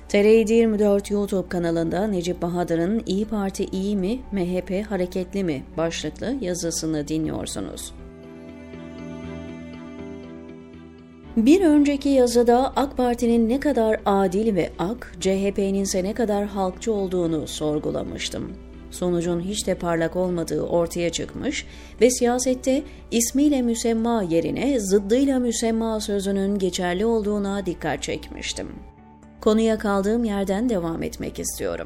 TR24 YouTube kanalında Necip Bahadır'ın İyi Parti iyi mi, MHP hareketli mi başlıklı yazısını dinliyorsunuz. Bir önceki yazıda AK Parti'nin ne kadar adil ve CHP'nin ise ne kadar halkçı olduğunu sorgulamıştım. Sonucun hiç de parlak olmadığı ortaya çıkmış ve siyasette ismiyle müsemma yerine zıddıyla müsemma sözünün geçerli olduğuna dikkat çekmiştim. Konuya kaldığım yerden devam etmek istiyorum.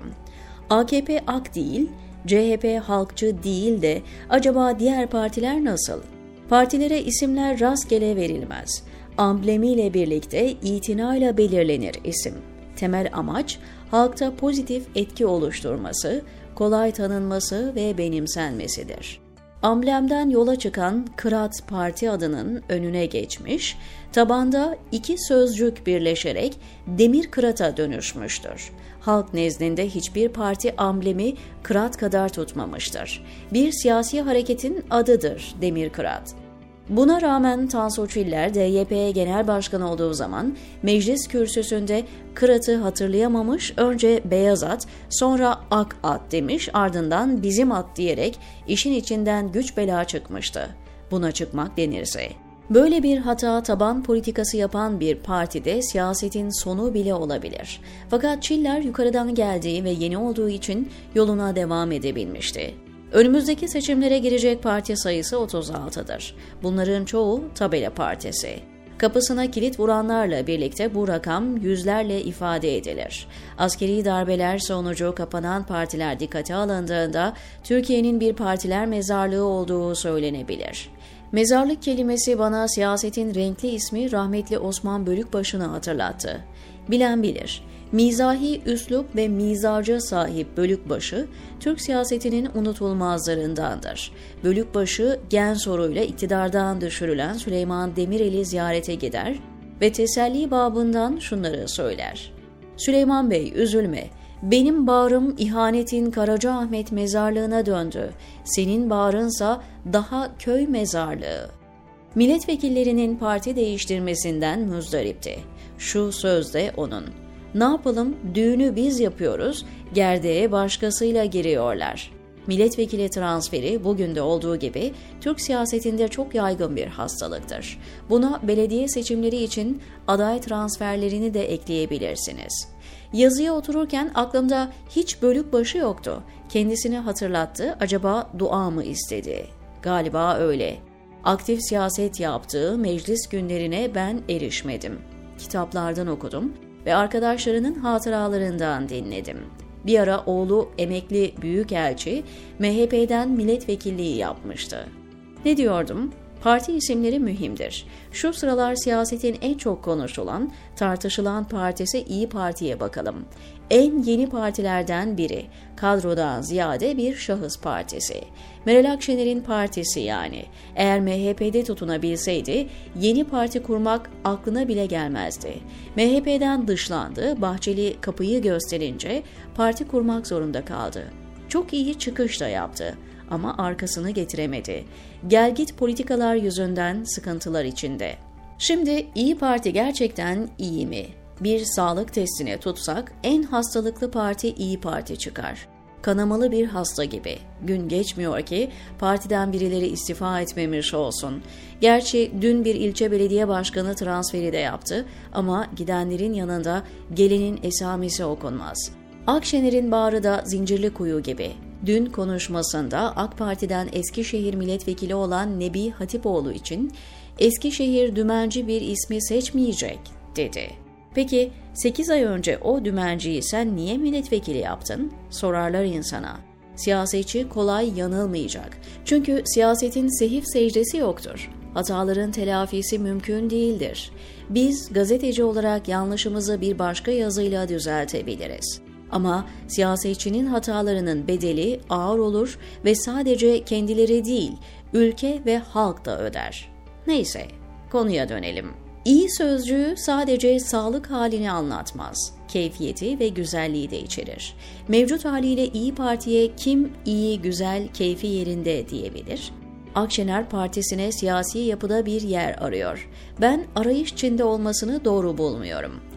AKP AK değil, CHP halkçı değil de acaba diğer partiler nasıl? Partilere isimler rastgele verilmez. Amblemiyle birlikte itinayla belirlenir isim. Temel amaç halkta pozitif etki oluşturması, kolay tanınması ve benimsenmesidir. Amblemden yola çıkan Kırat Parti adının önüne geçmiş, tabanda iki sözcük birleşerek Demir Kırat'a dönüşmüştür. Halk nezdinde hiçbir parti amblemi Kırat kadar tutmamıştır. Bir siyasi hareketin adıdır Demir Kırat. Buna rağmen Tansu Çiller DYP Genel Başkanı olduğu zaman meclis kürsüsünde Kırat'ı hatırlayamamış, önce beyaz at, sonra ak at demiş, ardından bizim at diyerek işin içinden güç bela çıkmıştı. Buna çıkmak denirse. Böyle bir hata taban politikası yapan bir partide siyasetin sonu bile olabilir. Fakat Çiller yukarıdan geldiği ve yeni olduğu için yoluna devam edebilmişti. Önümüzdeki seçimlere girecek parti sayısı 36'dır. Bunların çoğu tabela partisi. Kapısına kilit vuranlarla birlikte bu rakam yüzlerle ifade edilir. Askeri darbeler sonucu kapanan partiler dikkate alındığında Türkiye'nin bir partiler mezarlığı olduğu söylenebilir. Mezarlık kelimesi bana siyasetin renkli ismi rahmetli Osman Bölükbaşı'nı hatırlattı. Bilen bilir. Mizahi üslup ve mizaca sahip Bölükbaşı, Türk siyasetinin unutulmazlarındandır. Bölükbaşı, gen soruyla iktidardan düşürülen Süleyman Demirel'i ziyarete gider ve teselli babından şunları söyler. Süleyman Bey, üzülme. Benim bağrım ihanetin Karacaahmet mezarlığına döndü. Senin bağrınsa daha köy mezarlığı. Milletvekillerinin parti değiştirmesinden müzdaripti. Şu söz de onun. Ne yapalım, düğünü biz yapıyoruz, gerdeğe başkasıyla giriyorlar. Milletvekili transferi bugün de olduğu gibi Türk siyasetinde çok yaygın bir hastalıktır. Buna belediye seçimleri için aday transferlerini de ekleyebilirsiniz. Yazıya otururken aklımda hiç Bölükbaşı yoktu. Kendisini hatırlattı, acaba dua mı istedi? Galiba öyle. Aktif siyaset yaptığı meclis günlerine ben erişmedim. Kitaplardan okudum ve arkadaşlarının hatıralarından dinledim. Bir ara oğlu emekli büyükelçi MHP'den milletvekilliği yapmıştı. Ne diyordum? Parti isimleri mühimdir. Şu sıralar siyasetin en çok konuşulan, tartışılan partisi İyi Parti'ye bakalım. En yeni partilerden biri, kadrodan ziyade bir şahıs partisi. Meral Akşener'in partisi yani. Eğer MHP'de tutunabilseydi, yeni parti kurmak aklına bile gelmezdi. MHP'den dışlandı, Bahçeli kapıyı gösterince parti kurmak zorunda kaldı. Çok iyi çıkış da yaptı. Ama arkasını getiremedi. Gelgit politikalar yüzünden sıkıntılar içinde. Şimdi İyi Parti gerçekten iyi mi? Bir sağlık testine tutsak en hastalıklı parti İyi Parti çıkar. Kanamalı bir hasta gibi. Gün geçmiyor ki partiden birileri istifa etmemiş olsun. Gerçi dün bir ilçe belediye başkanı transferi de yaptı ama gidenlerin yanında gelenin esamesi okunmaz. Akşener'in bağrı da Zincirlikuyu gibi. Dün konuşmasında AK Parti'den Eskişehir milletvekili olan Nebi Hatipoğlu için Eskişehir dümenci bir ismi seçmeyecek dedi. Peki 8 ay önce o dümenciyi sen niye milletvekili yaptın? Sorarlar insana. Siyasetçi kolay yanılmayacak. Çünkü siyasetin sehif secdesi yoktur. Hataların telafisi mümkün değildir. Biz gazeteci olarak yanlışımızı bir başka yazıyla düzeltebiliriz. Ama siyasetçinin hatalarının bedeli ağır olur ve sadece kendileri değil, ülke ve halk da öder. Neyse, konuya dönelim. İyi sözcüğü sadece sağlık halini anlatmaz, keyfiyeti ve güzelliği de içerir. Mevcut haliyle İyi Parti'ye kim iyi, güzel, keyfi yerinde diyebilir? Akşener Partisi'ne siyasi yapıda bir yer arıyor. Ben arayış içinde olmasını doğru bulmuyorum.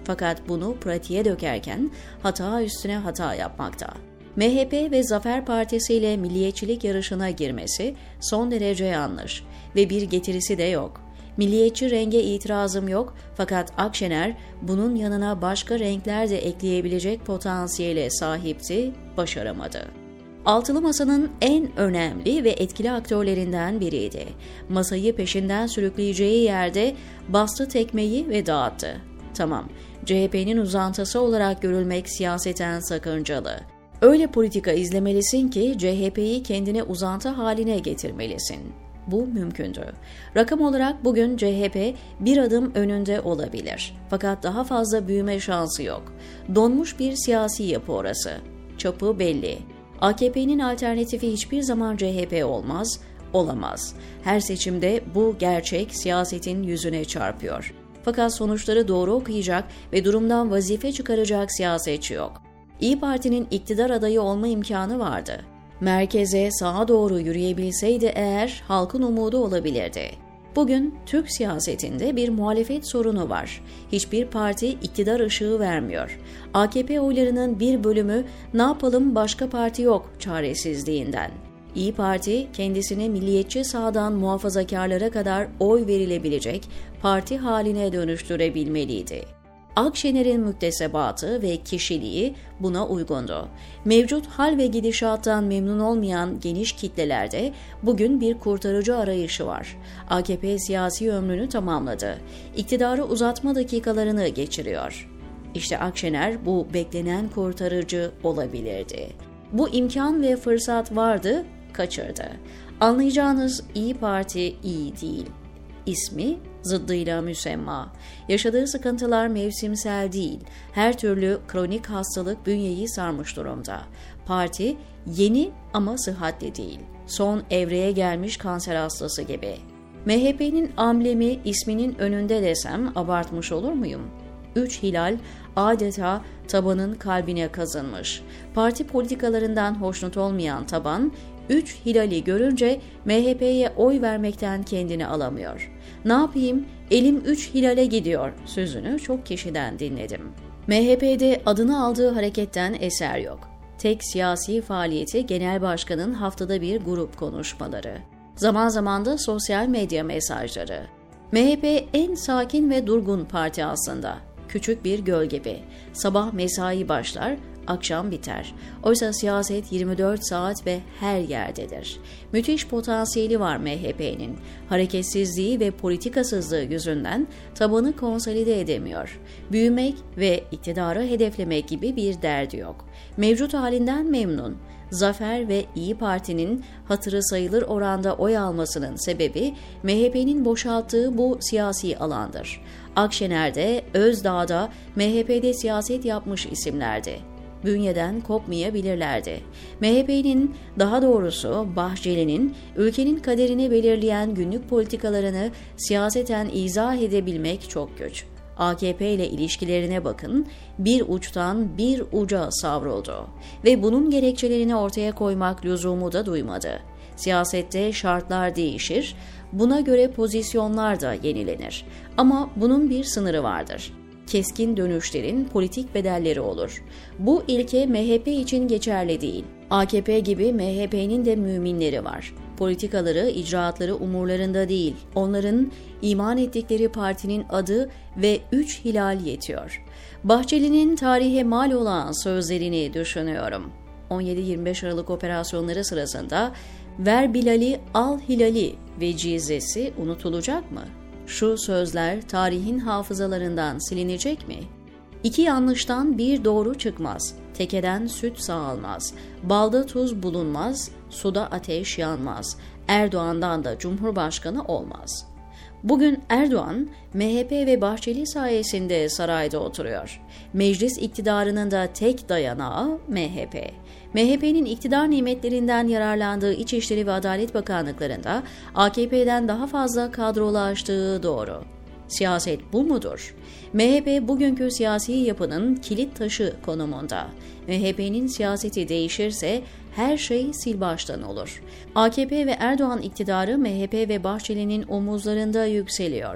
Fakat bunu pratiğe dökerken hata üstüne hata yapmakta. MHP ve Zafer Partisi ile milliyetçilik yarışına girmesi son derece yanlış ve bir getirisi de yok. Milliyetçi renge itirazım yok fakat Akşener bunun yanına başka renkler de ekleyebilecek potansiyele sahipti, başaramadı. Altılı Masa'nın en önemli ve etkili aktörlerinden biriydi. Masayı peşinden sürükleyeceği yerde bastı tekmeyi ve dağıttı. Tamam, CHP'nin uzantısı olarak görülmek siyaseten sakıncalı. Öyle politika izlemelisin ki CHP'yi kendine uzantı haline getirmelisin. Bu mümkündü. Rakam olarak bugün CHP bir adım önünde olabilir. Fakat daha fazla büyüme şansı yok. Donmuş bir siyasi yapı orası. Çapı belli. AKP'nin alternatifi hiçbir zaman CHP olmaz, olamaz. Her seçimde bu gerçek siyasetin yüzüne çarpıyor. Fakat sonuçları doğru okuyacak ve durumdan vazife çıkaracak siyasetçi yok. İYİ Parti'nin iktidar adayı olma imkanı vardı. Merkeze, sağa doğru yürüyebilseydi eğer halkın umudu olabilirdi. Bugün Türk siyasetinde bir muhalefet sorunu var. Hiçbir parti iktidar ışığı vermiyor. AKP oylarının bir bölümü ne yapalım başka parti yok çaresizliğinden. İYİ Parti kendisini milliyetçi sağdan muhafazakarlara kadar oy verilebilecek parti haline dönüştürebilmeliydi. Akşener'in müktesebatı ve kişiliği buna uygundu. Mevcut hal ve gidişattan memnun olmayan geniş kitlelerde bugün bir kurtarıcı arayışı var. AKP siyasi ömrünü tamamladı. İktidarı uzatma dakikalarını geçiriyor. İşte Akşener bu beklenen kurtarıcı olabilirdi. Bu imkan ve fırsat vardı, kaçırdı. Anlayacağınız İYİ Parti iyi değil. İsmi zıddıyla müsemma. Yaşadığı sıkıntılar mevsimsel değil. Her türlü kronik hastalık bünyeyi sarmış durumda. Parti yeni ama sıhhatli değil. Son evreye gelmiş kanser hastası gibi. MHP'nin amblemi isminin önünde desem abartmış olur muyum? 3 hilal adeta tabanın kalbine kazınmış. Parti politikalarından hoşnut olmayan taban, 3 hilali görünce MHP'ye oy vermekten kendini alamıyor. Ne yapayım, elim 3 hilale gidiyor sözünü çok kişiden dinledim. MHP'de adını aldığı hareketten eser yok. Tek siyasi faaliyeti genel başkanın haftada bir grup konuşmaları. Zaman zaman da sosyal medya mesajları. MHP en sakin ve durgun parti aslında. Küçük bir göl gibi. Sabah mesai başlar, akşam biter. Oysa siyaset 24 saat ve her yerdedir. Müthiş potansiyeli var MHP'nin. Hareketsizliği ve politikasızlığı yüzünden tabanı konsolide edemiyor. Büyümek ve iktidarı hedeflemek gibi bir derdi yok. Mevcut halinden memnun. Zafer ve İYİ Parti'nin hatırı sayılır oranda oy almasının sebebi MHP'nin boşalttığı bu siyasi alandır. Akşener de, Özdağ da MHP'de siyaset yapmış isimlerdi. Bünyeden kopmayabilirlerdi. MHP'nin, daha doğrusu Bahçeli'nin ülkenin kaderini belirleyen günlük politikalarını siyaseten izah edebilmek çok güç. AKP ile ilişkilerine bakın, bir uçtan bir uca savruldu ve bunun gerekçelerini ortaya koymak lüzumu da duymadı. Siyasette şartlar değişir, buna göre pozisyonlar da yenilenir. Ama bunun bir sınırı vardır. Keskin dönüşlerin politik bedelleri olur. Bu ilke MHP için geçerli değil. AKP gibi MHP'nin de müminleri var. Politikaları, icraatları umurlarında değil. Onların iman ettikleri partinin adı ve 3 hilal yetiyor. Bahçeli'nin tarihe mal olan sözlerini düşünüyorum. 17-25 Aralık operasyonları sırasında "Ver Bilal'i, al Hilal'i" vecizesi unutulacak mı? Şu sözler tarihin hafızalarından silinecek mi? 2 yanlıştan bir doğru çıkmaz. Tekeden süt sağılmaz. Balda tuz bulunmaz. Suda ateş yanmaz. Erdoğan'dan da Cumhurbaşkanı olmaz. Bugün Erdoğan, MHP ve Bahçeli sayesinde sarayda oturuyor. Meclis iktidarının da tek dayanağı MHP. MHP'nin iktidar nimetlerinden yararlandığı İçişleri ve Adalet Bakanlıklarında AKP'den daha fazla kadrolaştığı doğru. Siyaset bu mudur? MHP bugünkü siyasi yapının kilit taşı konumunda. MHP'nin siyaseti değişirse her şey sil baştan olur. AKP ve Erdoğan iktidarı MHP ve Bahçeli'nin omuzlarında yükseliyor.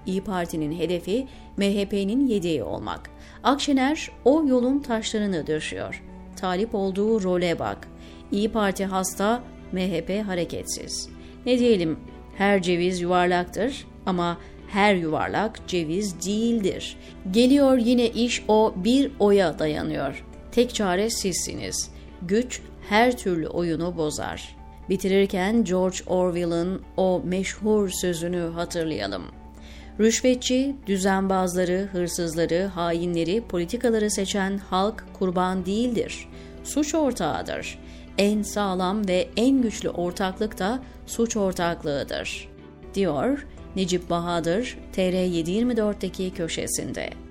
İyi Parti'nin hedefi MHP'nin yedeği olmak. Akşener o yolun taşlarını döşüyor. Talip olduğu role bak. İyi Parti hasta, MHP hareketsiz. Ne diyelim, her ceviz yuvarlaktır ama her yuvarlak ceviz değildir. Geliyor yine iş o bir oya dayanıyor. Tek çare sizsiniz. Güç her türlü oyunu bozar. Bitirirken George Orwell'ın o meşhur sözünü hatırlayalım. Rüşvetçi, düzenbazları, hırsızları, hainleri, politikaları seçen halk kurban değildir. Suç ortağıdır. En sağlam ve en güçlü ortaklık da suç ortaklığıdır, diyor Necip Bahadır TR724'deki köşesinde.